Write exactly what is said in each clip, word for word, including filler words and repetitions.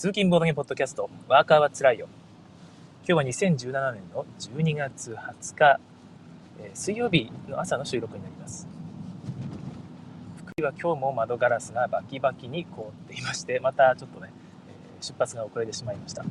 通勤ボードゲームポッドキャスト、ワーカーはつらいよ。今日はにせんじゅうななねんのじゅうにがつはつか、えー、水曜日の朝の収録になります。福井は今日も窓ガラスがバキバキに凍っていまして、またちょっとね、えー、出発が遅れてしまいました。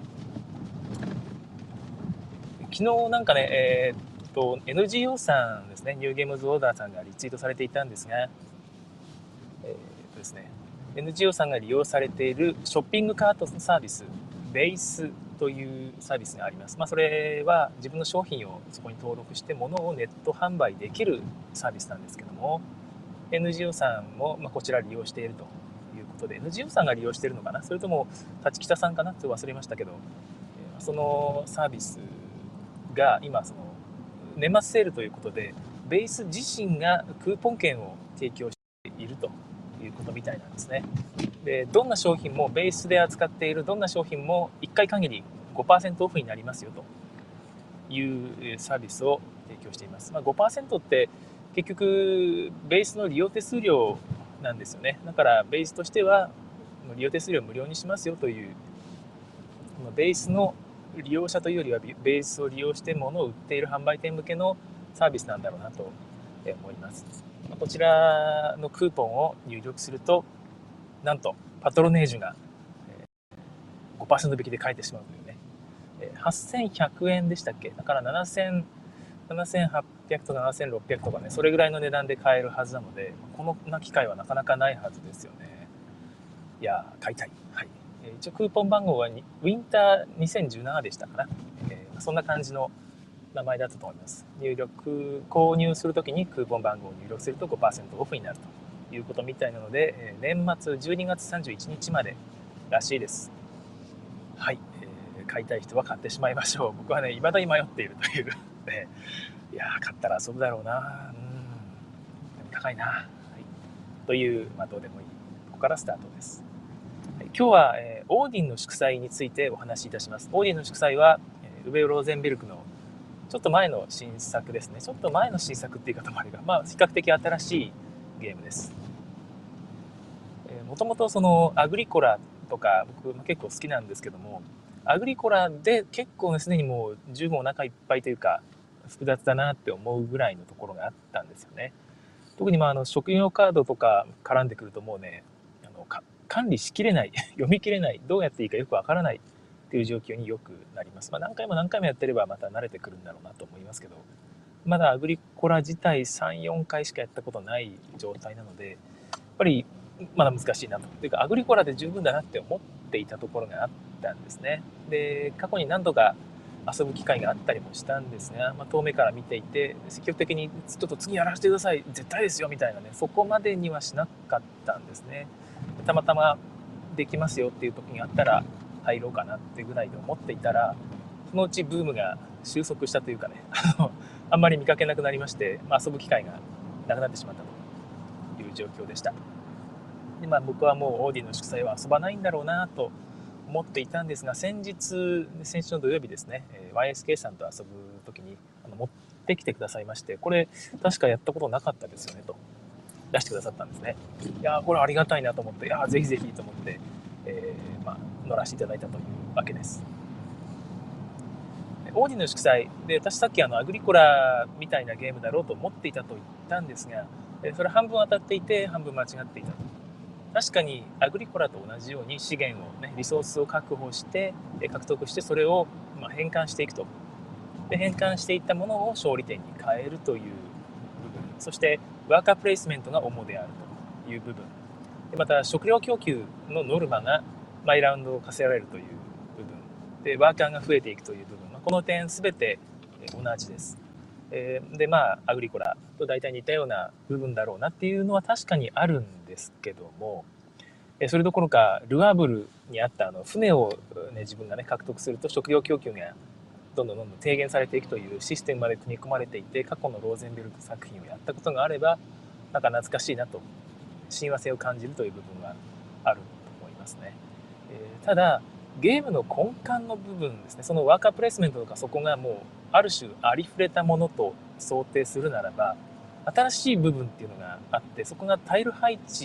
昨日なんかね、えー、っと エヌジーオー さんですね、ニューゲームズオーダーさんがリツイートされていたんですが、えー、っとですね、エヌジーオー さんが利用されているショッピングカートサービス、ベースというサービスがあります。まあ、それは自分の商品をそこに登録して物をネット販売できるサービスなんですけども、 エヌジーオー さんもまあこちら利用しているということで、 エヌジーオー さんが利用しているのかな、それとも立北さんかな、ちょっと忘れましたけど、そのサービスが今その年末セールということで、ベース自身がクーポン券を提供しているということみたいなんですね。で、どんな商品もベースで扱っているどんな商品もいっかい限り ごパーセント オフになりますよというサービスを提供しています。まあ、ごパーセント って結局ベースの利用手数料なんですよね。だからベースとしては利用手数料無料にしますよという、ベースの利用者というよりはベースを利用して物を売っている販売店向けのサービスなんだろうなと思います。こちらのクーポンを入力すると、なんとパトロネージュが ごパーセント 引きで買えてしまうというね。はっせんひゃくえんでしたっけ。だからななせんはっぴゃくとかななせんろっぴゃくとかね、それぐらいの値段で買えるはずなので、この機会はなかなかないはずですよね。いやー、買いたい。はい。一応クーポン番号はウィンターにせんじゅうななでしたかな。えー、そんな感じの名前だったと思います。入力、購入するときにクーポン番号を入力すると ごパーセント オフになるということみたいなので、年末じゅうにがつさんじゅういちにちまでらしいです。はい、えー、買いたい人は買ってしまいましょう。僕はね、未だに迷っているというね。いやー、買ったら遊ぶだろうな。うん、高いな。はい、という、まあ、どうでもいい。ここからスタートです。はい、今日は、えー、オーディンの祝祭についてお話しいたします。オーディンの祝祭は、えー、ウベ・ローゼンベルクのちょっと前の新作ですね。ちょっと前の新作って言い方もあるが、まあ、比較的新しいゲームです。もともとそのアグリコラとか僕も結構好きなんですけども、アグリコラで結構ね、すでにもう十分お腹いっぱいというか複雑だなって思うぐらいのところがあったんですよね。特にまああの職業カードとか絡んでくるともうね、あの管理しきれない読みきれない、どうやっていいかよくわからないっていう状況によくなります。まあ、何回も何回もやってればまた慣れてくるんだろうなと思いますけど、まだアグリコラ自体さん、よんかいしかやったことない状態なので、やっぱりまだ難しいなと。というか、アグリコラで十分だなって思っていたところがあったんですね。で、過去に何度か遊ぶ機会があったりもしたんですが、まあ、遠目から見ていて、積極的にちょっと次やらせてください、絶対ですよみたいなね、そこまでにはしなかったんですね。たまたまできますよっていう時があったら入ろうかなってぐらいで思っていたら、そのうちブームが収束したというかね、あのあんまり見かけなくなりまして、まあ、遊ぶ機会がなくなってしまったという状況でした。で、まあ、僕はもうオーディの祝祭は遊ばないんだろうなと思っていたんですが、先日先週の土曜日ですね、 ワイエスケー さんと遊ぶ時にあの持ってきてくださいまして、これ確かやったことなかったですよねと出してくださったんですね。いやー、これありがたいなと思って、いやーぜひぜひと思って、えーまあ、乗らせていただいたというわけです。オーディの祝祭で、私さっきあのアグリコラみたいなゲームだろうと思っていたと言ったんですが、それ半分当たっていて半分間違っていたと。確かにアグリコラと同じように資源を、ね、リソースを確保して獲得して、それをまあ変換していくと。で、変換していったものを勝利点に変えるという部分、そしてワーカープレイスメントが主であるという部分で、また食料供給のノルマが毎ラウンド課せられるという部分で、ワーカーが増えていくという部分、この点全て同じです。で、まあアグリコラと大体似たような部分だろうなっていうのは確かにあるんですけども、それどころかルアーブルにあったあの船を、ね、自分がね獲得すると食料供給がどんどんどんどん低減されていくというシステムまで組み込まれていて、過去のローゼンベルク作品をやったことがあればなんか懐かしいなと、親和性を感じるという部分はあると思いますね。えー、ただゲームの根幹の部分ですね、そのワーカープレイスメントとか、そこがもうある種ありふれたものと想定するならば、新しい部分っていうのがあって、そこがタイル配置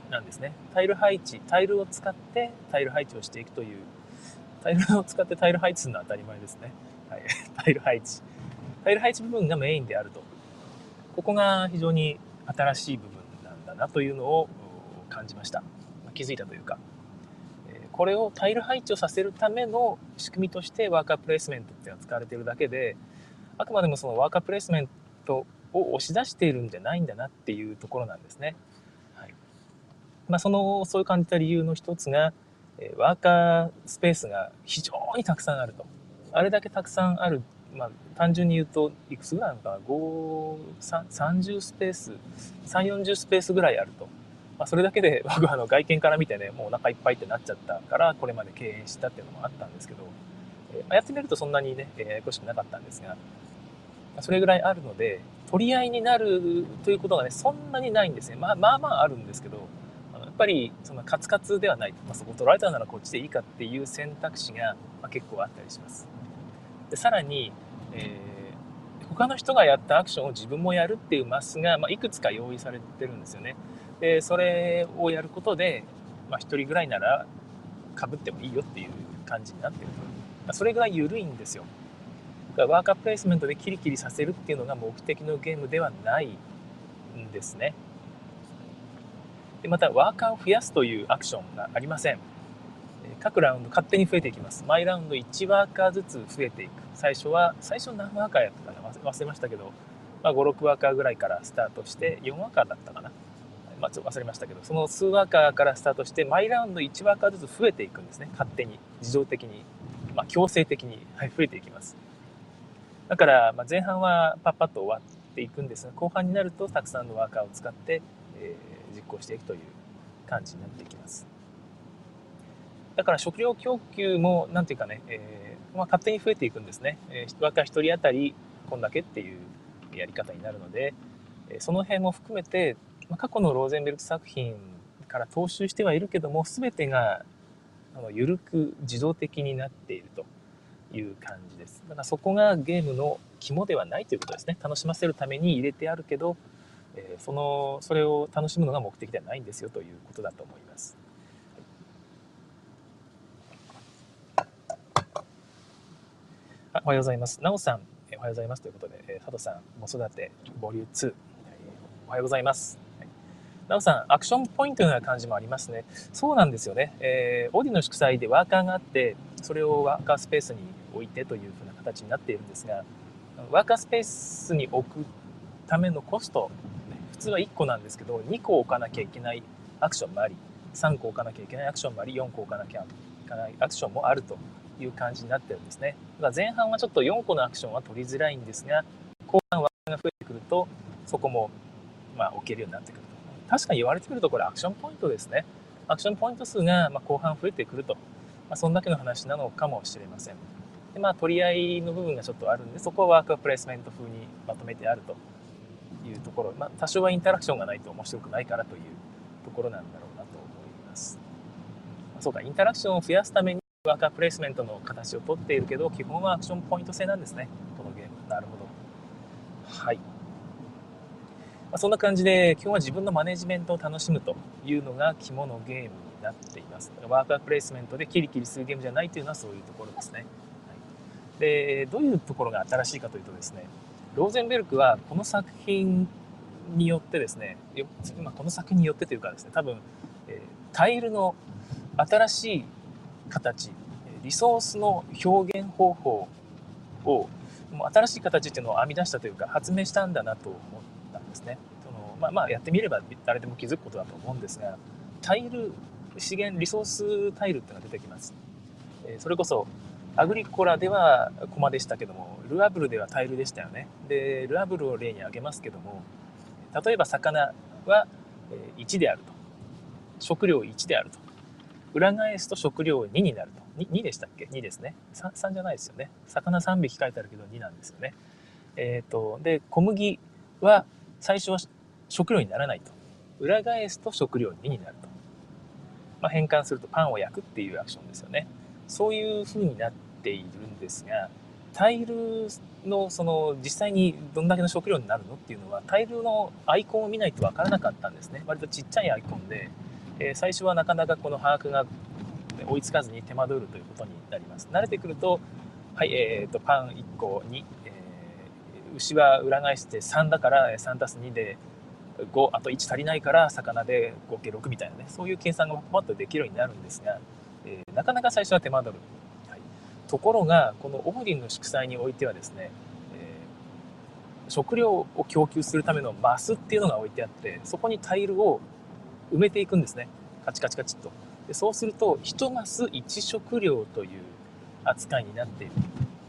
なんですね。タイル配置、タイルを使ってタイル配置をしていくという、タイルを使ってタイル配置するのは当たり前ですね。はい、タイル配置。タイル配置部分がメインであると。ここが非常に新しい部分なんだなというのを感じました。気づいたというか。これをタイル配置をさせるための仕組みとしてワーカープレイスメントっていうのは使われているだけで、あくまでもそのワーカープレイスメントを押し出しているんじゃないんだなっていうところなんですね。はい。まあ、そのそういう感じた理由の一つが、ワーカースペースが非常にたくさんあると。あれだけたくさんある、まあ、単純に言うといくつぐらいあるのかな、ご、さんじゅうスペース、さん、よんじゅうスペースぐらいあると。まあ、それだけで僕はあの外見から見てね、もうお腹いっぱいってなっちゃったからこれまで敬遠したっていうのもあったんですけど、えー、やってみるとそんなにね、ややこしくなかったんですが、それぐらいあるので取り合いになるということがね、そんなにないんですね。まあまあまああるんですけど、やっぱりそのカツカツではない、まあ、そこ取られたならこっちでいいかっていう選択肢が結構あったりします。でさらに、えー、他の人がやったアクションを自分もやるっていうマスが、まあ、いくつか用意されてるんですよね。でそれをやることで、まあ、ひとりぐらいならかぶってもいいよっていう感じになってると。それぐらい緩いんですよ。だからワーカープレイスメントでキリキリさせるっていうのが目的のゲームではないんですね。でまたワーカーを増やすというアクションがありません。各ラウンド勝手に増えていきます。毎ラウンドいちワーカーずつ増えていく。最初は最初何ワーカーやったかな、忘れましたけど、まあ、ご、ろくワーカーぐらいからスタートしてよんワーカーだったかな、まあ、ちょっと忘れましたけど、その数ワーカーからスタートして毎ラウンドいちワーカーずつ増えていくんですね。勝手に自動的に、まあ、強制的に、はい、増えていきます。だからまあ前半はパッパッと終わっていくんですが、後半になるとたくさんのワーカーを使って、えー、実行していくという感じになっていきます。だから食料供給もなんていうかね、えーまあ、勝手に増えていくんですね。えー、ワーカーひとり当たりこんだけっていうやり方になるので、その辺も含めて、まあ、過去のローゼンベルク作品から踏襲してはいるけども、全てがあの緩く自動的になっているという感じです。だからそこがゲームの肝ではないということですね。楽しませるために入れてあるけど、えー、そのそれを楽しむのが目的ではないんですよということだと思います。あ、おはようございます。なおさん、おはようございますということで、佐藤さん、子育てボリュームツー、おはようございます。なおさん、アクションポイントのような感じもありますね。そうなんですよね。えー、オーディの祝祭でワーカーがあって、それをワーカースペースに置いてというふうな形になっているんですが、ワーカースペースに置くためのコスト、普通はいっこなんですけど、にこ置かなきゃいけないアクションもあり、さんこ置かなきゃいけないアクションもあり、よんこ置かなきゃいけないアクションもあるという感じになってるんですね。だから前半はちょっとよんこのアクションは取りづらいんですが、後半ワーカーが増えてくると、そこもまあ置けるようになってくると。確かに言われてみるとこれアクションポイントですね。アクションポイント数がまあ後半増えてくると、まあ、そんだけの話なのかもしれません。でまあ取り合いの部分がちょっとあるんで、そこはワーカープレイスメント風にまとめてあるというところ、まあ、多少はインタラクションがないと面白くないからというところなんだろうなと思います。そうか、インタラクションを増やすためにワーカープレイスメントの形をとっているけど、基本はアクションポイント制なんですね、このゲーム。なるほど。はい。まあ、そんな感じで今日は自分のマネジメントを楽しむというのが肝のゲームになっています。ワーカープレイスメントでキリキリするゲームじゃないというのはそういうところですね。はい、でどういうところが新しいかというとですね、ローゼンベルクはこの作品によってですね、まあ、この作品によってというかですね、多分、えー、タイルの新しい形、リソースの表現方法をもう新しい形っていうのを編み出したというか発明したんだなと思ったんですね。そのまあまあやってみれば誰でも気づくことだと思うんですが、タイル資源リソースタイルっていうのが出てきます。それこそアグリコラではコマでしたけども、ルアブルではタイルでしたよね。でルアブルを例に挙げますけども、例えば魚はいちであると、食料いちであると、裏返すと食料にになると。 2, 2でしたっけ？ に ですね。 3, さんじゃないですよね。魚さんびき書いてあるけどになんですよね。えーと、で小麦は最初は食料にならないと、裏返すと食料にになると、まあ、変換するとパンを焼くっていうアクションですよね。そういう風になっているんですが、タイルのその実際にどんだけの食料になるのっていうのはタイルのアイコンを見ないと分からなかったんですね。割とちっちゃいアイコンで、 えー、最初はなかなかこの把握が追いつかずに手間取るということになります。慣れてくると、はい、えーと、パンいっこに、えー、牛は裏返してさんだからさんたすにでご、あといち足りないから魚で合計ろくみたいなね、そういう計算がパパッとできるようになるんですが、えー、なかなか最初は手間取る。はい、ところが、このオーディンの祝祭においてはですね、えー、食料を供給するためのマスっていうのが置いてあって、そこにタイルを埋めていくんですね。カチカチカチっと。でそうすると、いちマスいち食料という扱いになっている。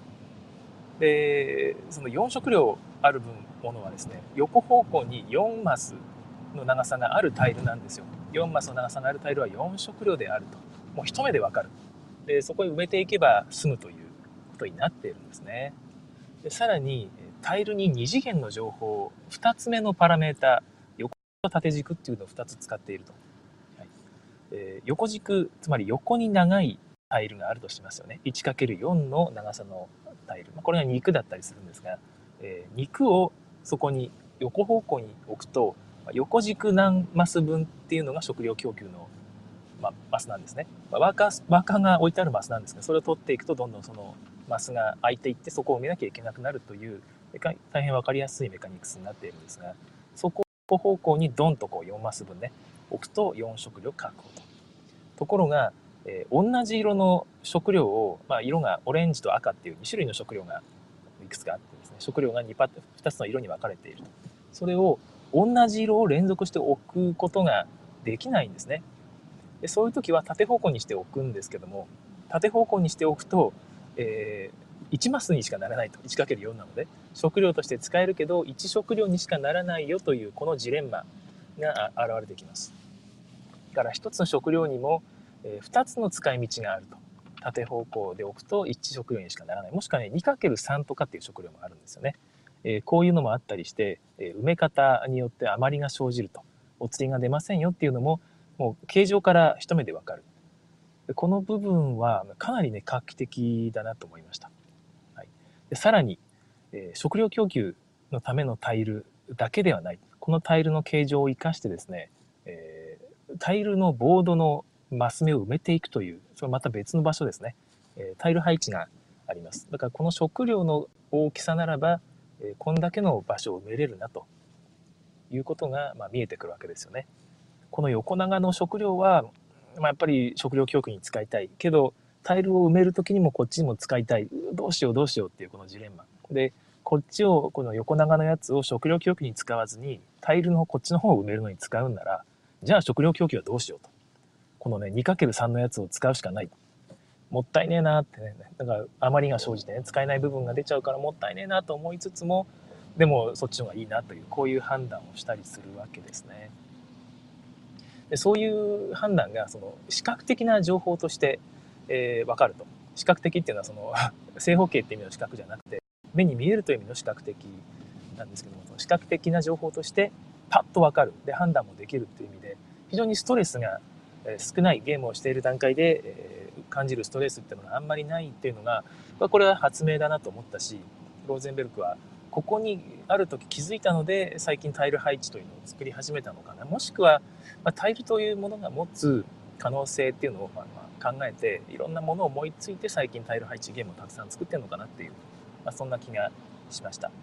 で、そのよん食料ある分ものはですね、横方向によんマスの長さがあるタイルなんですよ。よんマスの長さがあるタイルはよん食料であると。もう一目でわかる。で、そこに埋めていけば済むということになっているんですね。でさらに、タイルにに次元の情報、ふたつめのパラメータ、横と縦軸っていうのをふたつ使っていると。はい、えー、横軸、つまり横に長いタイルがあるとしますよね。いちかけるよん の長さのタイル。これが肉だったりするんですが、えー、肉をそこに横方向に置くと、横軸何マス分っていうのが食料供給の、まあ、マスなんですね。ワーカー、ワーカーが置いてあるマスなんですが、それを取っていくとどんどんそのマスが空いていって、そこを埋めなきゃいけなくなるという大変分かりやすいメカニクスになっているんですが、そこ方向にドンとこうよんマス分ね、置くとよん食料確保と。ところが、えー、同じ色の食料を、まあ、色がオレンジと赤っていうに種類の食料がいくつかあってですね、食料が 2, パふたつの色に分かれていると。それを同じ色を連続して置くことができないんですね。でそういう時は縦方向にしておくんですけども、縦方向にしておくと、えー、いちマスにしかならないと。 いちかけるよん なので食料として使えるけどいち食料にしかならないよというこのジレンマが現れてきます。だからひとつの食料にもふたつの使い道があると。縦方向で置くといち食料にしかならない。もしくはね にかけるさん とかっていう食料もあるんですよね。えー、こういうのもあったりして、えー、埋め方によって余りが生じると。お釣りが出ませんよっていうのももう形状から一目でわかる。この部分はかなりね画期的だなと思いました。はい、でさらに、えー、食料供給のためのタイルだけではない。このタイルの形状を生かしてですね、えー、タイルのボードのマス目を埋めていくという、それまた別の場所ですね。えー、タイル配置があります。だからこの食料の大きさならば、えー、こんだけの場所を埋めれるなということが、まあ、見えてくるわけですよね。この横長の食料は、まあ、やっぱり食料供給に使いたいけど、タイルを埋める時にもこっちにも使いたい。どうしようどうしようっていうこのジレンマで、こっちをこの横長のやつを食料供給に使わずにタイルのこっちの方を埋めるのに使うんなら、じゃあ食料供給はどうしようと。このね にかけるさん のやつを使うしかない。もったいねえなってね、だから余りが生じてね、使えない部分が出ちゃうからもったいねえなと思いつつも、でもそっちの方がいいなという、こういう判断をしたりするわけですね。でそういう判断がその視覚的な情報として、えー、分かると。視覚的っていうのはその正方形っていう意味の視覚じゃなくて、目に見えるという意味の視覚的なんですけども、その視覚的な情報としてパッと分かる、で判断もできるっていう意味で、非常にストレスが少ない、ゲームをしている段階で、えー、感じるストレスっていうのがあんまりないっていうのが、これは発明だなと思ったし、ローゼンベルクはここにある時気づいたので最近タイル配置というのを作り始めたのかな。もしくは、まあ、タイルというものが持つ可能性っていうのをまあ考えて、いろんなものを思いついて最近タイル配置ゲームをたくさん作ってるのかなっていう、まあ、そんな気がしました。はい、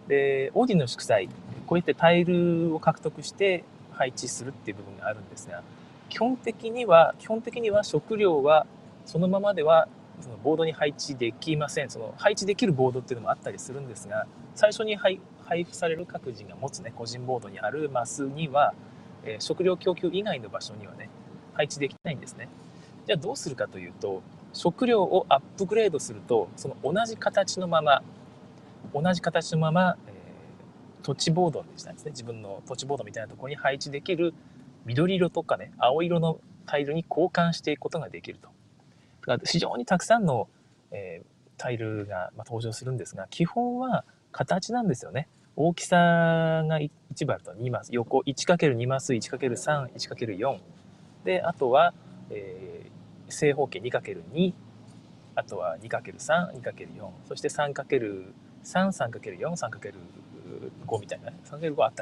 でオーディンの祝祭、こうやってタイルを獲得して配置するっていう部分があるんですが、基本的には基本的には食料はそのままではそのボードに配置できません。その配置できるボードっていうのもあったりするんですが、最初に配布される各人が持つね個人ボードにあるマスには、えー、食料供給以外の場所にはね配置できないんですね。じゃあどうするかというと、食料をアップグレードすると、その同じ形のまま同じ形のまま、えー、土地ボードみたいなですね、自分の土地ボードみたいなところに配置できる緑色とかね青色のタイルに交換していくことができると。非常にたくさんの、えー、タイルが、まあ、登場するんですが、基本は形なんですよね。大きさがいちばいあるとにマス、横 いちかけるに マス、いちかけるさん、いちかけるよん で、あとは、えー、正方形 にかけるに、 あとは にかけるさん、にかけるよん、そして さんかけるさん、さんかけるよん、さんかけるご みたいな さんかけるご あったかな。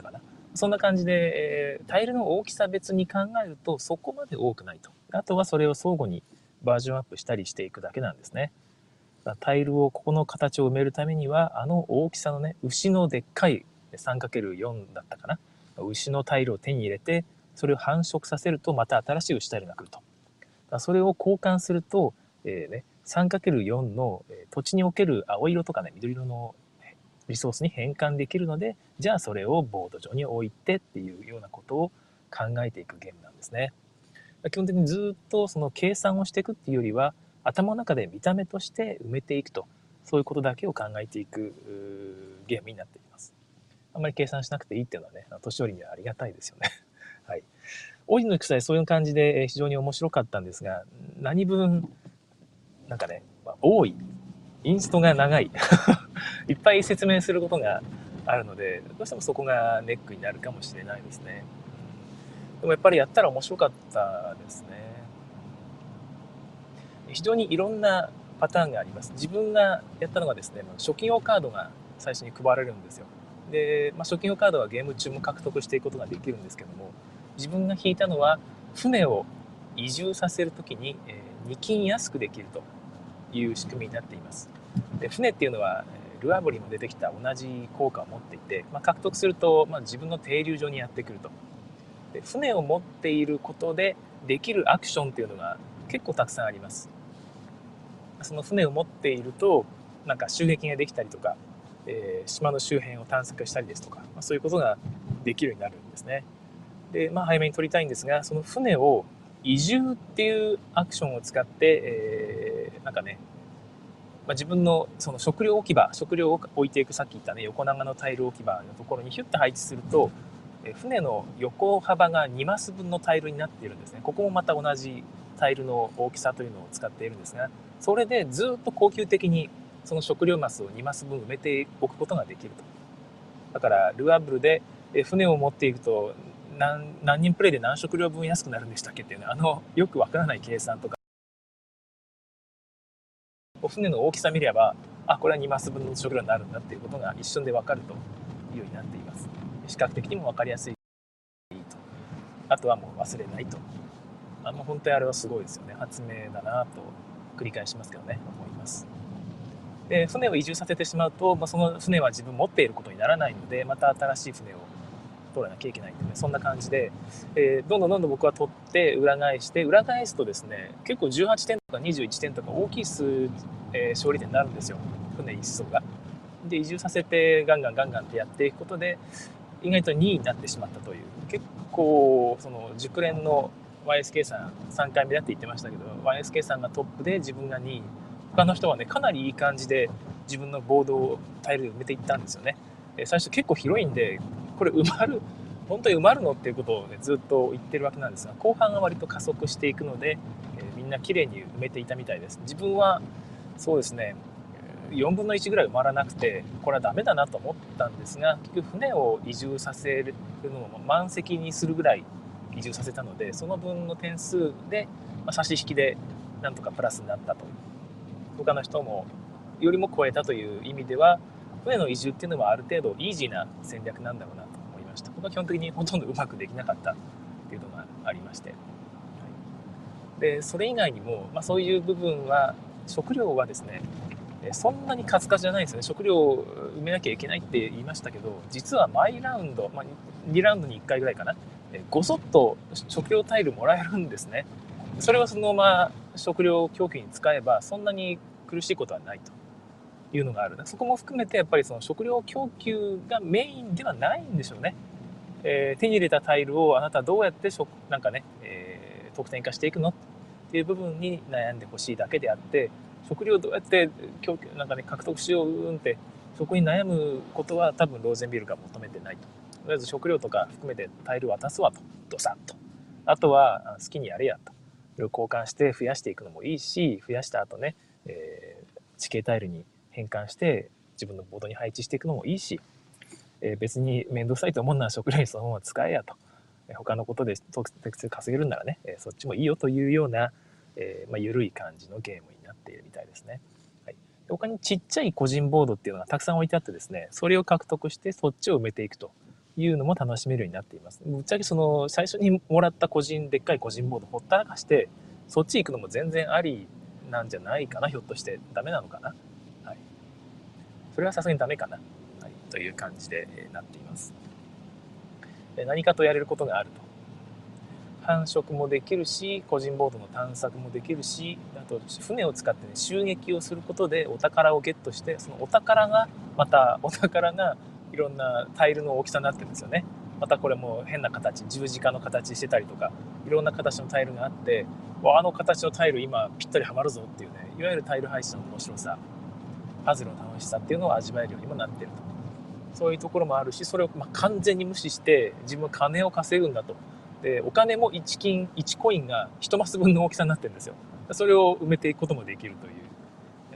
そんな感じで、えータイルの大きさ別に考えるとそこまで多くないと。あとはそれを相互にバージョンアップしたりしていくだけなんですね。タイルをここの形を埋めるためにはあの大きさのね、牛のでっかい さんかけるよん だったかな、牛のタイルを手に入れてそれを繁殖させるとまた新しい牛タイルが来ると。それを交換すると、えーね、さんかけるよん の土地における青色とかね、緑色のリソースに変換できるので、じゃあそれをボード上に置いてっていうようなことを考えていくゲームなんですね。基本的にずっとその計算をしていくっていうよりは、頭の中で見た目として埋めていくと、そういうことだけを考えていくゲームになっています。あんまり計算しなくていいっていうのはね、年寄りにはありがたいですよね。はい。オイルの草でそういう感じで非常に面白かったんですが、何分なんかね、まあ、多い、インストが長いいっぱい説明することがあるので、どうしてもそこがネックになるかもしれないですね。でもやっぱりやったら面白かったですね。非常にいろんなパターンがあります。自分がやったのがですね、初期用カードが最初に配られるんですよ。で、まあ、初期用カードはゲーム中も獲得していくことができるんですけども、自分が引いたのは船を移住させるときに、えー、に金安くできるという仕組みになっています。で、船っていうのはルアーブリにも出てきた同じ効果を持っていて、まあ、獲得すると、まあ、自分の停留所にやってくると。で、船を持っていることでできるアクションっていうのが結構たくさんあります。その船を持っているとなんか襲撃ができたりとか、えー、島の周辺を探索したりですとか、まあ、そういうことができるようになるんですね。で、まあ、早めに取りたいんですが、その船を移住っていうアクションを使って、えー、なんかね、まあ、自分のその食料置き場、食料を置いていく、さっき言ったね、横長のタイル置き場のところにヒュッと配置すると、船の横幅がにマス分のタイルになっているんですね。ここもまた同じタイルの大きさというのを使っているんですが、それでずっと恒久的にその食料マスをにマス分埋めておくことができると。だからルアーブルで船を持っていくと 何, 何人プレイで何食料分安くなるんでしたっけっていうね、あのよくわからない計算とか、船の大きさ見れば、あ、これはにマス分の食料になるんだっていうことが一瞬でわかるというようになっています。視覚的にもわかりやすいと。あとはもう忘れないと。あの本当にあれはすごいですよね。発明だなと繰り返しますけどね、思います。で、船を移住させてしまうと、まあ、その船は自分持っていることにならないので、また新しい船を取らなきゃいけないんでね、そんな感じで、えー、どんどんどんどん僕は取って裏返して裏返すとですね、結構じゅうはちてんとかにじゅういちてんとか大きい数、えー、勝利点になるんですよ、船一艘が。で、移住させてガンガンガンガンってやっていくことで意外とにいになってしまったという、結構その熟練の ワイエスケー さんさんかいめだって言ってましたけど、 ワイエスケー さんがトップで自分がにい、他の人はねかなりいい感じで自分のボードをタイルで埋めていったんですよね。最初結構広いんで、これ埋まる本当に埋まるのっていうことを、ね、ずっと言ってるわけなんですが、後半は割と加速していくので、えー、みんな綺麗に埋めていたみたいです。自分はそうですね、よんぶんのいちぐらい埋まらなくて、これはダメだなと思ったんですが、結局船を移住させるのを満席にするぐらい移住させたので、その分の点数で、まあ、差し引きでなんとかプラスになったと。他の人もよりも超えたという意味では、船の移住っていうのはある程度イージーな戦略なんだろうなと思いました。僕は基本的にほとんどうまくできなかったっていうのがありまして、でそれ以外にも、まあ、そういう部分は、食料はですね、そんなにカツカツじゃないですよね。食料を埋めなきゃいけないって言いましたけど、実は毎ラウンド、まあ、にラウンドにいっかいぐらいかな、ごそっと食料タイルもらえるんですね。それはそのまま食料供給に使えばそんなに苦しいことはないというのがある。そこも含めてやっぱりその食料供給がメインではないんでしょうね。えー、手に入れたタイルをあなたどうやって食なんかね、えー、得点化していくのっていう部分に悩んでほしいだけであって、食料をどうやって供給なんかね獲得しよううんってそこに悩むことは多分ローゼンビルが求めてないと。とりあえず食料とか含めてタイル渡すわと、ドサッと。あとは好きにやれやと。交換して増やしていくのもいいし、増やした後ね、えー、地形タイルに変換して自分のボードに配置していくのもいいし、えー、別に面倒くさいと思うなら食料にそのまま使えやと。他のことで特別稼げるならね、えー、そっちもいいよというような、えーまあ、緩い感じのゲームになっているみたいですね。はい、他にちっちゃい個人ボードっていうのがたくさん置いてあってですね、それを獲得してそっちを埋めていくというのも楽しめるようになっています。ぶっちゃけその最初にもらった個人でっかい個人ボードほったらかしてそっち行くのも全然ありなんじゃないかな。ひょっとしてダメなのかな。はい、それはさすがにダメかな、はい、という感じでなっています。何かとやれることがあると。繁殖もできるし、個人ボードの探索もできるし、あと船を使って、ね、襲撃をすることでお宝をゲットして、そのお宝がまたお宝がいろんなタイルの大きさになってるんですよね。またこれも変な形、十字架の形してたりとか、いろんな形のタイルがあって、あの形のタイル今ぴったりはまるぞっていうね、いわゆるタイル配置の面白さ、パズルの楽しさっていうのを味わえるようにもなっていると。そういうところもあるし、それをまあ完全に無視して自分は金を稼ぐんだと。でお金もいち金いちコインがいちマス分の大きさになってるんですよ。それを埋めていくこともできるという、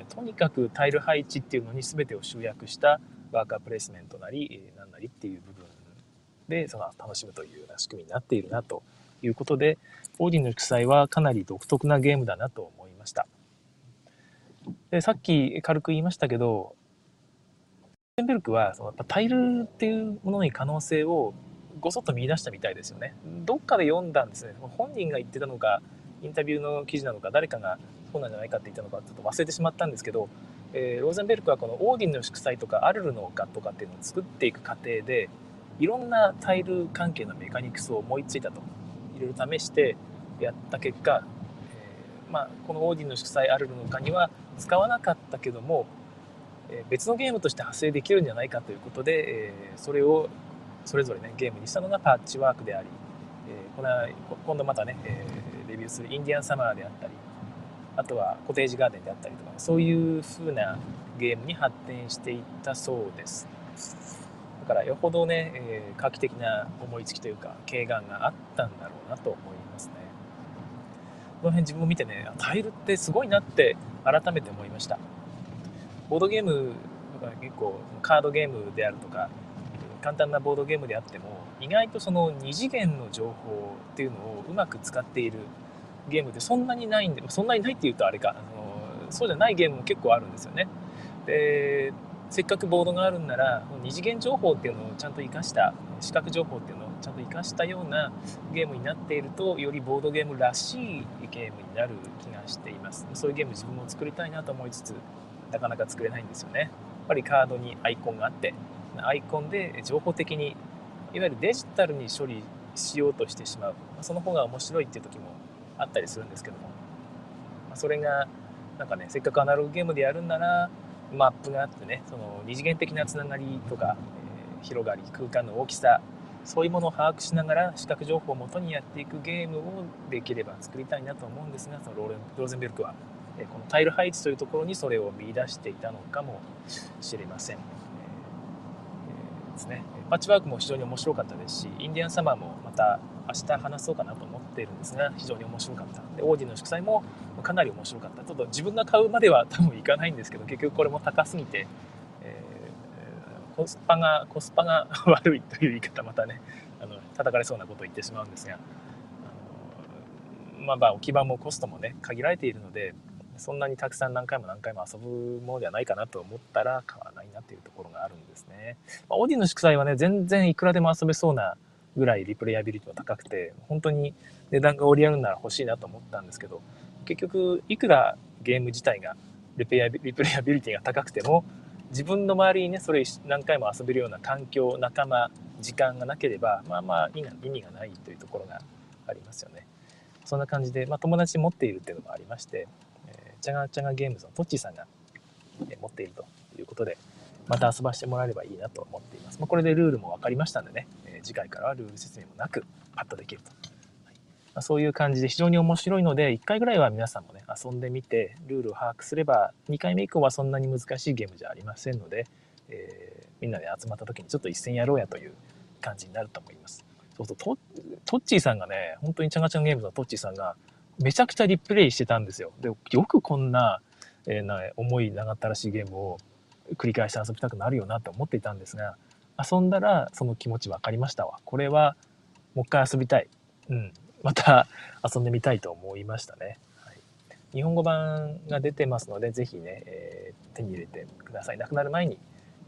とにかくタイル配置っていうのに全てを集約したワーカープレイスメントなり何なりっていう部分でその楽しむというような仕組みになっているなということで、オーディンの祝祭はかなり独特なゲームだなと思いました。でさっき軽く言いましたけど、ローゼンベルクはそのやっぱタイルっていうものに可能性をごそっと見出したみたいですよね。どっかで読んだんですね。本人が言ってたのか、インタビューの記事なのか、誰かがそうなんじゃないかって言ったのかちょっと忘れてしまったんですけど、えー、ローゼンベルクはこのオーディンの祝祭とかアルルの丘とかっていうのを作っていく過程で、いろんなタイル関係のメカニクスを思いついたと。いろいろ試してやった結果、えーまあ、このオーディンの祝祭アルルの丘には使わなかったけども、別のゲームとして派生できるんじゃないかということで、それをそれぞれねゲームにしたのがパッチワークであり、これは今度またねレビューするインディアンサマーであったり、あとはコテージガーデンであったりとか、そういう風なゲームに発展していったそうです。だからよほどね画期的な思いつきというか慧眼があったんだろうなと思いますね。この辺自分も見てね、タイルってすごいなって改めて思いました。ボードゲームとか結構カードゲームであるとか簡単なボードゲームであっても意外とそのに次元の情報っていうのをうまく使っているゲームってそんなにないんで、そんなにないっていうとあれか、あのそうじゃないゲームも結構あるんですよね。でせっかくボードがあるんならに次元情報っていうのをちゃんと生かした視覚情報っていうのをちゃんと生かしたようなゲームになっているとよりボードゲームらしいゲームになる気がしています。そういうゲーム自分も作りたいなと思いつつなかなか作れないんですよね。やっぱりカードにアイコンがあってアイコンで情報的にいわゆるデジタルに処理しようとしてしまう、その方が面白いっていう時もあったりするんですけども、それがなんかねせっかくアナログゲームでやるんならマップがあってね、その二次元的なつながりとか、えー、広がり空間の大きさ、そういうものを把握しながら視覚情報をもとにやっていくゲームをできれば作りたいなと思うんですが、そのローレンローゼンベルクはこのタイル配置というところにそれを見出していたのかもしれません。えー、ですね。パッチワークも非常に面白かったですし、インディアンサマーもまた明日話そうかなと思っているんですが、非常に面白かった。で、オーディの祝祭もかなり面白かった。ちょっと自分が買うまでは多分いかないんですけど、結局これも高すぎて、えー、コスパがコスパが悪いという言い方またね、あの叩かれそうなことを言ってしまうんですが、あのまあまあ置き場もコストもね限られているので。そんなにたくさん何回も何回も遊ぶものではないかなと思ったら買わないなっていうところがあるんですね。まあ、オーディの祝祭はね全然いくらでも遊べそうなぐらいリプレイアビリティが高くて本当に値段が折り合うなら欲しいなと思ったんですけど、結局いくらゲーム自体がリプレイアビリティが高くても自分の周りにねそれ何回も遊べるような環境仲間時間がなければまあまあ意味がないというところがありますよね。そんな感じで、まあ、友達持っているっていうのもありまして、チャガチャガゲームズのトッチーさんが持っているということでまた遊ばせてもらえればいいなと思っています。まあ、これでルールも分かりましたんでね、えー、次回からはルール説明もなくパッとできると、はいまあ、そういう感じで非常に面白いのでいっかいぐらいは皆さんもね遊んでみてルールを把握すればにかいめ以降はそんなに難しいゲームじゃありませんので、えー、みんなで集まった時にちょっと一戦やろうやという感じになると思います。そうそうトトッチーさんがね本当にチャガチャガゲームズのトッチーさんがめちゃくちゃリプレイしてたんですよ。でよくこんな、えー、な重い長ったらしいゲームを繰り返して遊びたくなるよなと思っていたんですが、遊んだらその気持ち分かりましたわ。これはもう一回遊びたい、うん、また遊んでみたいと思いましたね。はい、日本語版が出てますのでぜひね、えー、手に入れてください。なくなる前に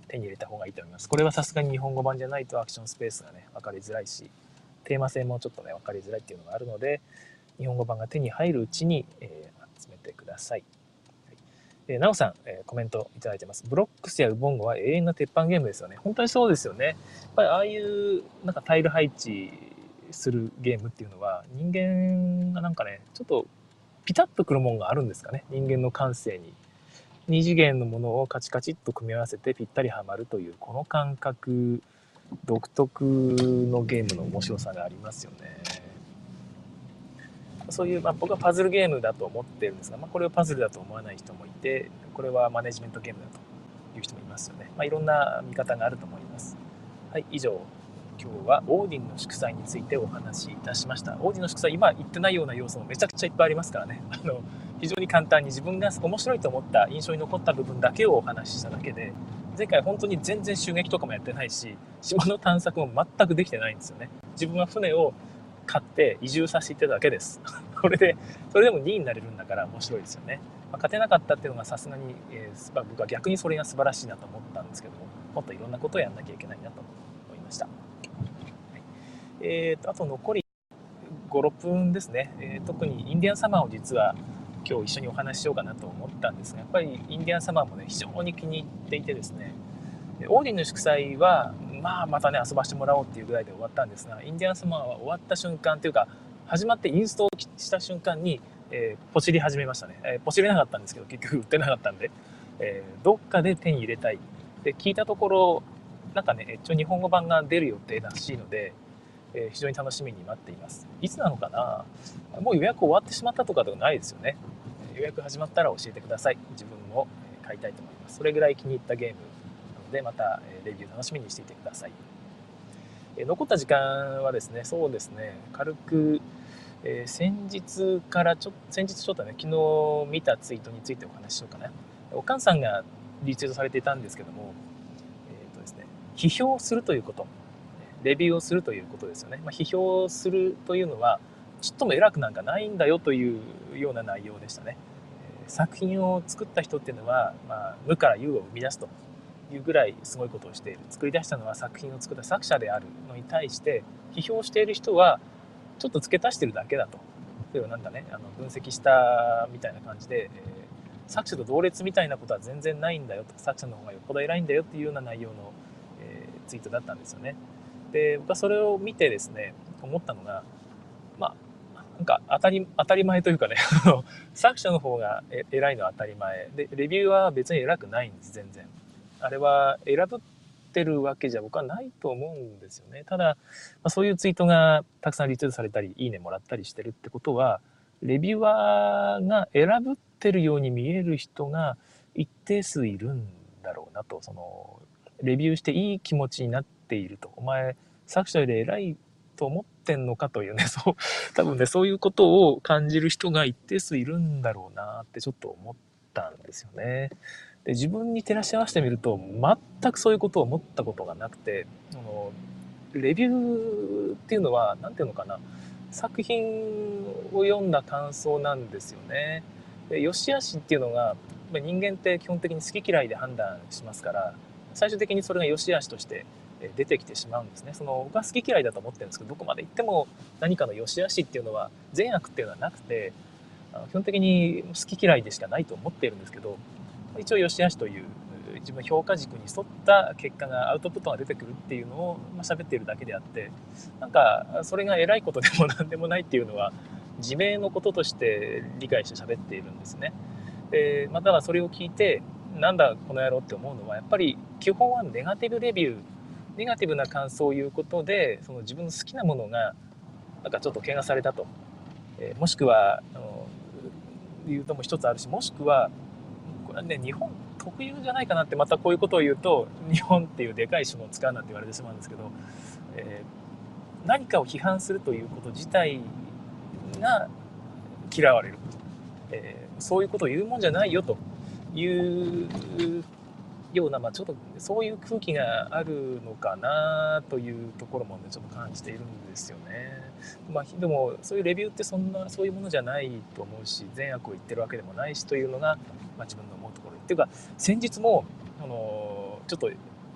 手に入れた方がいいと思います。これはさすがに日本語版じゃないとアクションスペースがね分かりづらいし、テーマ性もちょっとね分かりづらいっていうのがあるので、日本語版が手に入るうちに、えー、集めてください。えー、なおさん、えー、コメントいただいてます。ブロックスやウボンゴは永遠の鉄板ゲームですよね。本当にそうですよね。やっぱりああいうなんかタイル配置するゲームっていうのは、人間がなんかねちょっとピタッとくるもんがあるんですかね。人間の感性に二次元のものをカチカチっと組み合わせてぴったりはまるというこの感覚、独特のゲームの面白さがありますよね。そういう、まあ、僕はパズルゲームだと思ってるんですが、まあ、これをパズルだと思わない人もいて、これはマネジメントゲームだという人もいますよね。まあ、いろんな見方があると思います。はい、以上、今日はオーディンの祝祭についてお話しいたしました。オーディンの祝祭、今言ってないような要素もめちゃくちゃいっぱいありますからね。あの非常に簡単に自分が面白いと思った印象に残った部分だけをお話ししただけで、前回本当に全然襲撃とかもやってないし、島の探索も全くできてないんですよね。自分は船を買って移住させていただけです。これでそれでもにいになれるんだから面白いですよね。まあ、勝てなかったっていうのがさすがに、えーまあ、僕は逆にそれが素晴らしいなと思ったんですけども、もっといろんなことをやんなきゃいけないなと思いました。はい、えーとあと残りご、ろっぷんですね。えー、特にインディアンサマーを実は今日一緒にお話ししようかなと思ったんですが、やっぱりインディアンサマーもね非常に気に入っていてですね、オーディンの祝祭はまあまたね遊ばしてもらおうっていうぐらいで終わったんですが、インディアンサマーは終わった瞬間というか始まってインストをした瞬間に、えー、ポチり始めましたね、えー、ポチれなかったんですけど結局売ってなかったんで、えー、どっかで手に入れたいで聞いたところ、なんかね一応日本語版が出る予定らしいので、えー、非常に楽しみに待っています。いつなのかな。もう予約終わってしまったとかではないですよね。予約始まったら教えてください。自分も買いたいと思います。それぐらい気に入ったゲームなので、またレビュー楽しみにしていてください。え残った時間はですね、そうですね、軽く、えー、先日からちょ先日ちょっとね、昨日見たツイートについてお話ししようかな。おかんさんがリツイートされていたんですけども、えーとですね、批評するということ、レビューをするということですよね。まあ、批評するというのはちょっとも偉くなんかないんだよというような内容でしたね。えー、作品を作った人っていうのは、まあ、無から有を生み出すというぐらいすごいことをしている。作り出したのは作品を作った作者であるのに対して批評している人はちょっと付け足してるだけだと。それをなんかね、あの分析したみたいな感じで、えー、作者と同列みたいなことは全然ないんだよと、作者の方がよっぽど偉いんだよっていうような内容の、えー、ツイートだったんですよね。で、僕はそれを見てですね、思ったのが、まあ、なんか当たり当たり前というかね作者の方が偉いのは当たり前で、レビューは別に偉くないんです。全然あれは選ぶってるわけじゃ僕はないと思うんですよね。ただ、まあ、そういうツイートがたくさんリツイートされたりいいねもらったりしてるってことは、レビュアーが選ぶってるように見える人が一定数いるんだろうなと。そのレビューしていい気持ちになっていると、お前作者より偉いと思ってんのかというね、そう多分ねそういうことを感じる人が一定数いるんだろうなってちょっと思ったんですよね。で、自分に照らし合わせてみると全くそういうことを思ったことがなくて、あのレビューっていうのは何ていうのかな、作品を読んだ感想なんですよね。で、良し悪しっていうのが人間って基本的に好き嫌いで判断しますから、最終的にそれが良し悪しとして出てきてしまうんですね。その僕は好き嫌いだと思ってるんですけど、どこまで行っても何かの良し悪しっていうのは善悪っていうのはなくて、基本的に好き嫌いでしかないと思っているんですけど、一応良し悪しという自分の評価軸に沿った結果がアウトプットが出てくるっていうのを喋っているだけであって、なんかそれが偉いことでも何でもないっていうのは自明のこととして理解して喋っているんですね。で、まあ、ただそれを聞いてなんだこの野郎って思うのは、やっぱり基本はネガティブレビュー、ネガティブな感想を言うことで、その自分の好きなものがなんかちょっと怪我されたと、えー、もしくはあのいうのも一つあるし、もしくはこれはね日本特有じゃないかなって、またこういうことを言うと日本っていうでかい種を使うなんて言われてしまうんですけど、えー、何かを批判するということ自体が嫌われる、えー、そういうことを言うもんじゃないよというような、まあ、ちょっとそういう空気があるのかなというところもねちょっと感じているんですよね。まあ、でもそういうレビューってそんなそういうものじゃないと思うし、善悪を言ってるわけでもないしというのが、まあ、自分の思うところっていうか、先日もあのちょっと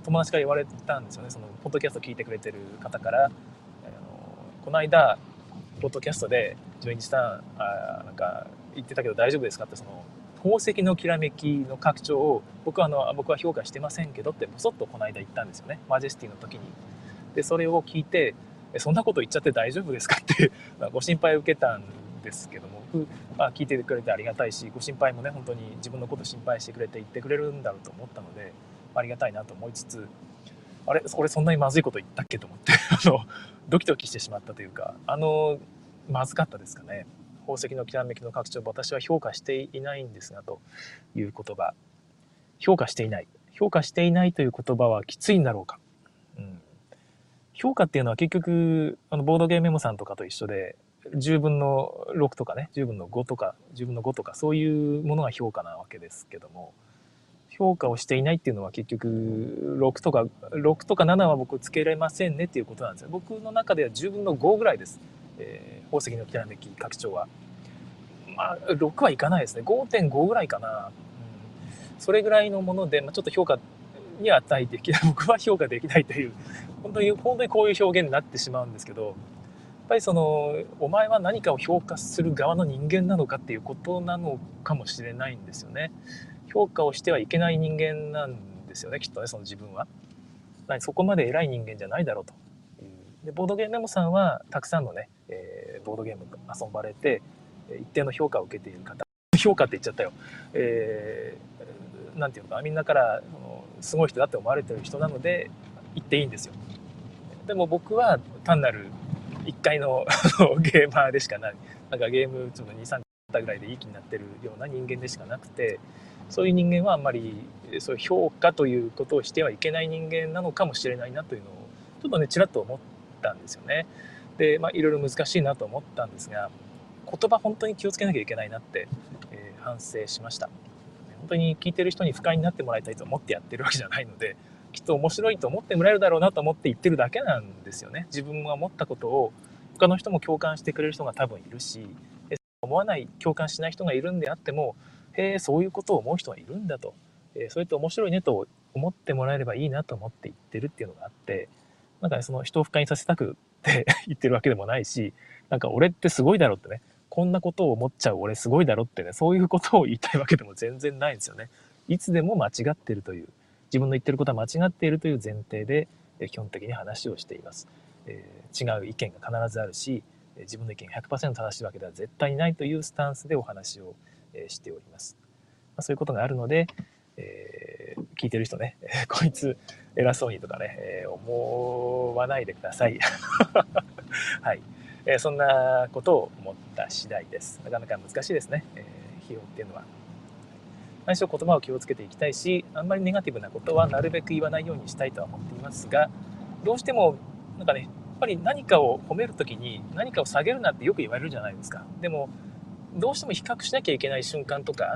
友達から言われたんですよね。そのポッドキャスト聞いてくれてる方から、あのこの間ポッドキャストで純一さんあなんか言ってたけど大丈夫ですかって、その宝石のきらめきの拡張を僕はあの僕は評価してませんけどってボソッとこの間言ったんですよね、マジェスティの時に。でそれを聞いて、そんなこと言っちゃって大丈夫ですかってご心配を受けたんですけども、まあ、聞いてくれてありがたいし、ご心配もね本当に自分のこと心配してくれて言ってくれるんだろうと思ったのでありがたいなと思いつつ、あれ俺そんなにまずいこと言ったっけと思ってあのドキドキしてしまったというか、あのまずかったですかね。宝石のきらめきの拡張、私は評価していないんですがという言葉、評価していない評価していないという言葉はきついんだろうか。うん、評価っていうのは結局あのボードゲームメモさんとかと一緒で、じゅうぶんのろくとかね、じゅうぶんのごとかじゅうぶんのごとかそういうものが評価なわけですけども、評価をしていないっていうのは結局ろくとかろくとかななは僕つけれませんねっていうことなんですよ。僕の中ではじゅうぶんのごぐらいです、えー、宝石のきらめき拡張は。まあろくはいかないですね。 ごてんご ぐらいかな、うん、それぐらいのもので、まあ、ちょっと評価には値できない、僕は評価できないという、本当に本当にこういう表現になってしまうんですけど、やっぱりそのお前は何かを評価する側の人間なのかっていうことなのかもしれないんですよね。評価をしてはいけない人間なんですよね、きっとね、その自分は。そこまで偉い人間じゃないだろうという。でボードゲームメモさんはたくさんのね、えー、ボードゲームと遊ばれて一定の評価を受けている方、評価って言っちゃったよ、えー、なんていうのか、みんなからすごい人だって思われてる人なので言っていいんですよ。でも僕は単なるいっかいのゲーマーでしかない、なんかゲームちょっとにさんぐらいでいい気になってるような人間でしかなくて、そういう人間はあんまりそういう評価ということをしてはいけない人間なのかもしれないなというのをちょっとねちらっと思ったんですよね。でまあいろいろ難しいなと思ったんですが、言葉本当に気をつけなきゃいけないなって、えー、反省しました。本当に聞いてる人に不快になってもらいたいと思ってやってるわけじゃないので、きっと面白いと思ってもらえるだろうなと思って言ってるだけなんですよね。自分が思ったことを他の人も共感してくれる人が多分いるし、思わない共感しない人がいるんであっても、へえそういうことを思う人がいるんだと、えー、それって面白いねと思ってもらえればいいなと思って言ってるっていうのがあって、なんかねその人を不快にさせたくって言ってるわけでもないし、なんか俺ってすごいだろってね、こんなことを思っちゃう俺すごいだろってね、そういうことを言いたいわけでも全然ないんですよね。いつでも間違っているという、自分の言ってることは間違っているという前提で基本的に話をしています。えー、違う意見が必ずあるし、自分の意見が ひゃくパーセント 正しいわけでは絶対にないというスタンスでお話をしております。まあ、そういうことがあるので、えー、聞いてる人ね、こいつ偉そうにとかね、えー、思わないでください。はい、えー、そんなことを思った次第です。なかなか難しいですね、えー、費用っていうのは。最初言葉を気をつけていきたいし、あんまりネガティブなことはなるべく言わないようにしたいとは思っていますが、どうしてもなんかね、やっぱり何かを褒めるときに何かを下げるなってよく言われるじゃないですか。でもどうしても比較しなきゃいけない瞬間とかあって、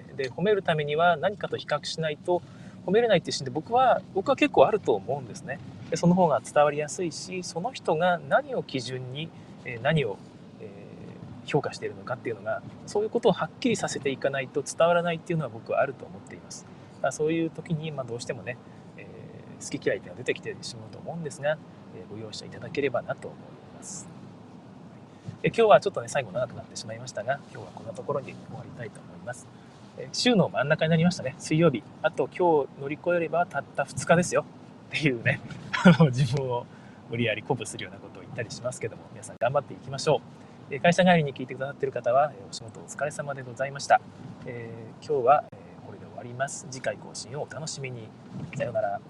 で褒めるためには何かと比較しないと褒めれないっていうシーンで僕は僕は結構あると思うんですね。でその方が伝わりやすいし、その人が何を基準に何を評価しているのかっていうのが、そういうことをはっきりさせていかないと伝わらないっていうのは僕はあると思っています。だからそういう時に、まあ、どうしてもね、えー、好き嫌いっていうのは出てきてしまうと思うんですが、えー、ご容赦いただければなと思います。え今日はちょっとね最後長くなってしまいましたが、今日はこんなところに終わりたいと思います。え週の真ん中になりましたね、水曜日。あと今日乗り越えればたったふつかですよっていうね自分を無理やり鼓舞するようなことを言ったりしますけども、皆さん頑張っていきましょう。会社帰りに聞いてくださっている方はお仕事お疲れ様でございました。えー、今日はこれで終わります。次回更新をお楽しみに。さようなら。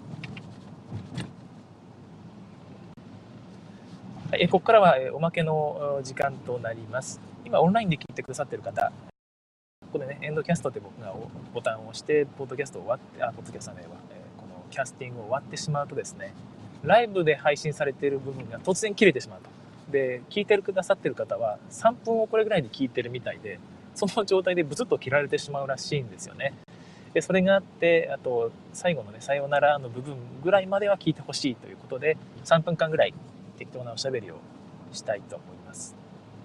えここからはおまけの時間となります。今オンラインで聞いてくださっている方、ここでねエンドキャストって僕がボタンを押してポッドキャストを終わってあポッドキャストねこのキャスティングを終わってしまうとですね、ライブで配信されている部分が突然切れてしまうと。で聞いてくださってる方はさんぷんをこれぐらいで聞いてるみたいで、その状態でブツッと切られてしまうらしいんですよね。でそれがあって、あと最後のねさよならの部分ぐらいまでは聞いてほしいということで、さんぷんかんぐらい適当なおしゃべりをしたいと思います。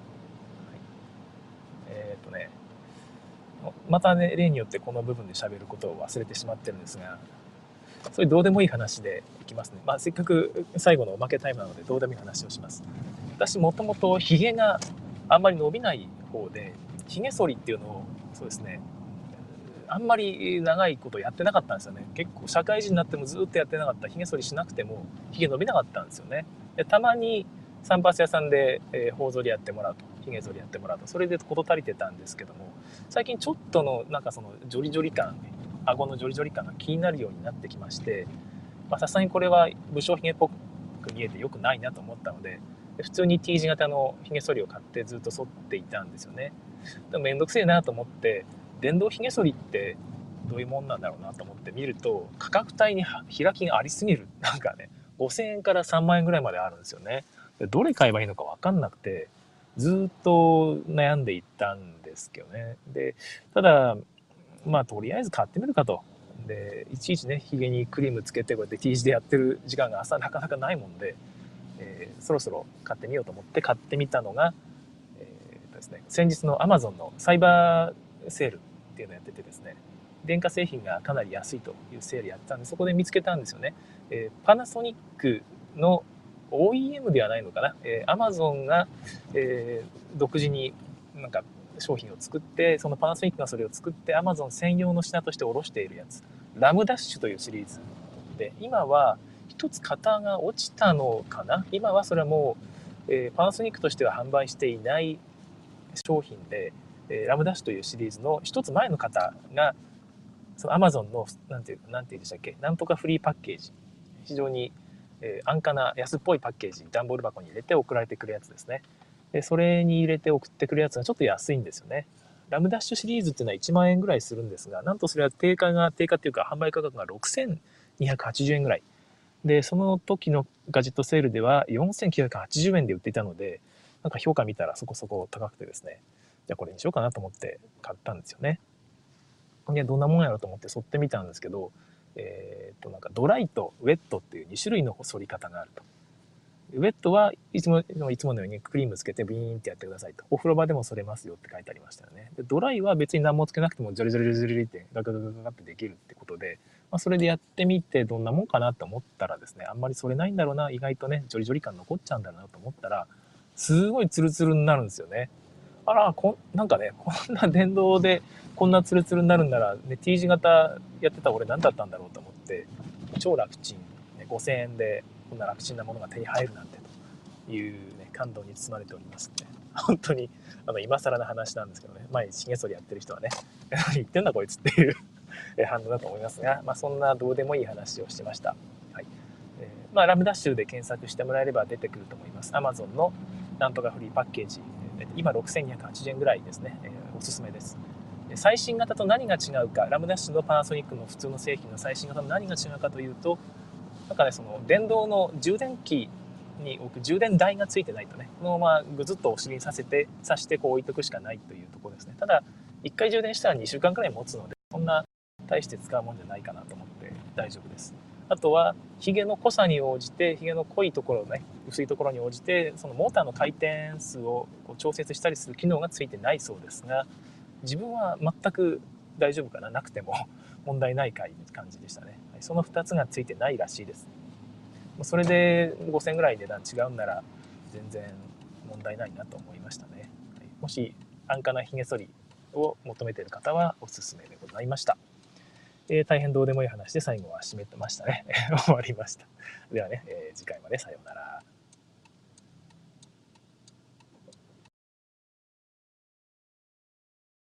はい、えっ、ー、とねまたね例によってこの部分で喋ることを忘れてしまってるんですが、 そういうどうでもいい話でいきますね。まあ、せっかく最後のおまけタイムなのでどうでもいい話をします。私もともとひげがあんまり伸びない方で、ひげ剃りっていうのをそうですね、あんまり長いことやってなかったんですよね。結構社会人になってもずっとやってなかった。ひげ剃りしなくてもひげ伸びなかったんですよね。でたまに散髪屋さんで、えー、頬剃りやってもらうと、ひげ剃りやってもらうと、それで事足りてたんですけども、最近ちょっとのなんかそのジョリジョリ感、顎のジョリジョリ感が気になるようになってきまして、さすがにこれは武将ひげっぽく見えてよくないなと思ったので、普通に T 字型のひげ剃りを買ってずっと剃っていたんですよね。でもめんどくせえなと思って、電動ひげ剃りってどういうもんなんだろうなと思って見ると、価格帯に開きがありすぎる。なんかね、ごせんえんからさんまんえんぐらいまであるんですよね。でどれ買えばいいのか分かんなくて、ずっと悩んでいったんですけどね。で、ただ、まあとりあえず買ってみるかと。で、いちいちね、ひげにクリームつけてこうやって T 字でやってる時間が朝なかなかないもんで、えーそろそろ買ってみようと思って買ってみたのが、えーとですね、先日の Amazon のサイバーセールっていうのをやっててですね、電化製品がかなり安いというセールやってたんで、そこで見つけたんですよね。えーパナソニックの オーイーエム ではないのかな、えー、Amazon が、えー独自になんか商品を作って、そのパナソニックがそれを作って Amazon 専用の品として卸しているやつ、ラムダッシュというシリーズで、今は一つ型が落ちたのかな。今はそれはもう、えーパナソニックとしては販売していない商品で、えーラムダッシュというシリーズの一つ前の型がその Amazon のなんていうなんていうんでしたっけ、なんとかフリーパッケージ、非常に、えー安価な安っぽいパッケージ、段ボール箱に入れて送られてくるやつですね。でそれに入れて送ってくるやつがちょっと安いんですよね。ラムダッシュシリーズっていうのはいちまんえんぐらいするんですが、なんとそれは定価が定価っていうか販売価格がろくせんにひゃくはちじゅうえんぐらいで、その時のガジェットセールではよんせんきゅうひゃくはちじゅうえんで売っていたので、なんか評価見たらそこそこ高くてですね、じゃあこれにしようかなと思って買ったんですよね。でどんなもんやろうと思って剃ってみたんですけど、えー、となんかドライとウェットっていうに種類の剃り方があると。ウェットはいつもいつものようにクリームつけてビーンってやってくださいと。お風呂場でも剃れますよって書いてありましたよね。でドライは別に何もつけなくてもジョリジョリジョリジョリってガガガガガってできるってことで、まあ、それでやってみてどんなもんかなと思ったらですね、あんまり剃れないんだろうな、意外とねジョリジョリ感残っちゃうんだろうなと思ったら、すごいツルツルになるんですよね。あら、こなんかね、こんな電動でこんなツルツルになるんなら、ね、T 字型やってた俺何だったんだろうと思って、超楽ちん、ね、ごせんえんでこんな楽ちんなものが手に入るなんてという、ね、感動に包まれておりますね。本当にあの今更な話なんですけどね、毎日ひげ剃りやってる人はね、何言ってんだこいつっていう反応だと思いますが、まあ、そんなどうでもいい話をしてました。はい。えーまあ、ラムダッシュで検索してもらえれば出てくると思います。Amazon のなんとかフリーパッケージ、今ろくせんにひゃくはちじゅうえんぐらいですね、えー、おすすめです。最新型と何が違うか、ラムダッシュのパナソニックの普通の製品の最新型と何が違うかというと、なんかね、その電動の充電器に置く充電台がついてないとね、このままぐずっとお尻にさせて、さしてこう置いとくしかないというところですね。ただ、いっかい充電したらにしゅうかんくらい持つので、そんな大して使うもんじゃないかなと思って大丈夫です。あとは、ヒゲの濃さに応じて、ヒゲの濃いところね、薄いところに応じて、そのモーターの回転数をこう調節したりする機能がついてないそうですが、自分は全く大丈夫かな、なくても問題ない感じでしたね。そのふたつがついてないらしいです。それでごせんえんぐらい値段違うんなら全然問題ないなと思いましたね。もし安価なひげ剃りを求めている方はおすすめでございました。えー、大変どうでもいい話で最後は締めてましたね。終わりました。ではね、えー、次回までさようなら。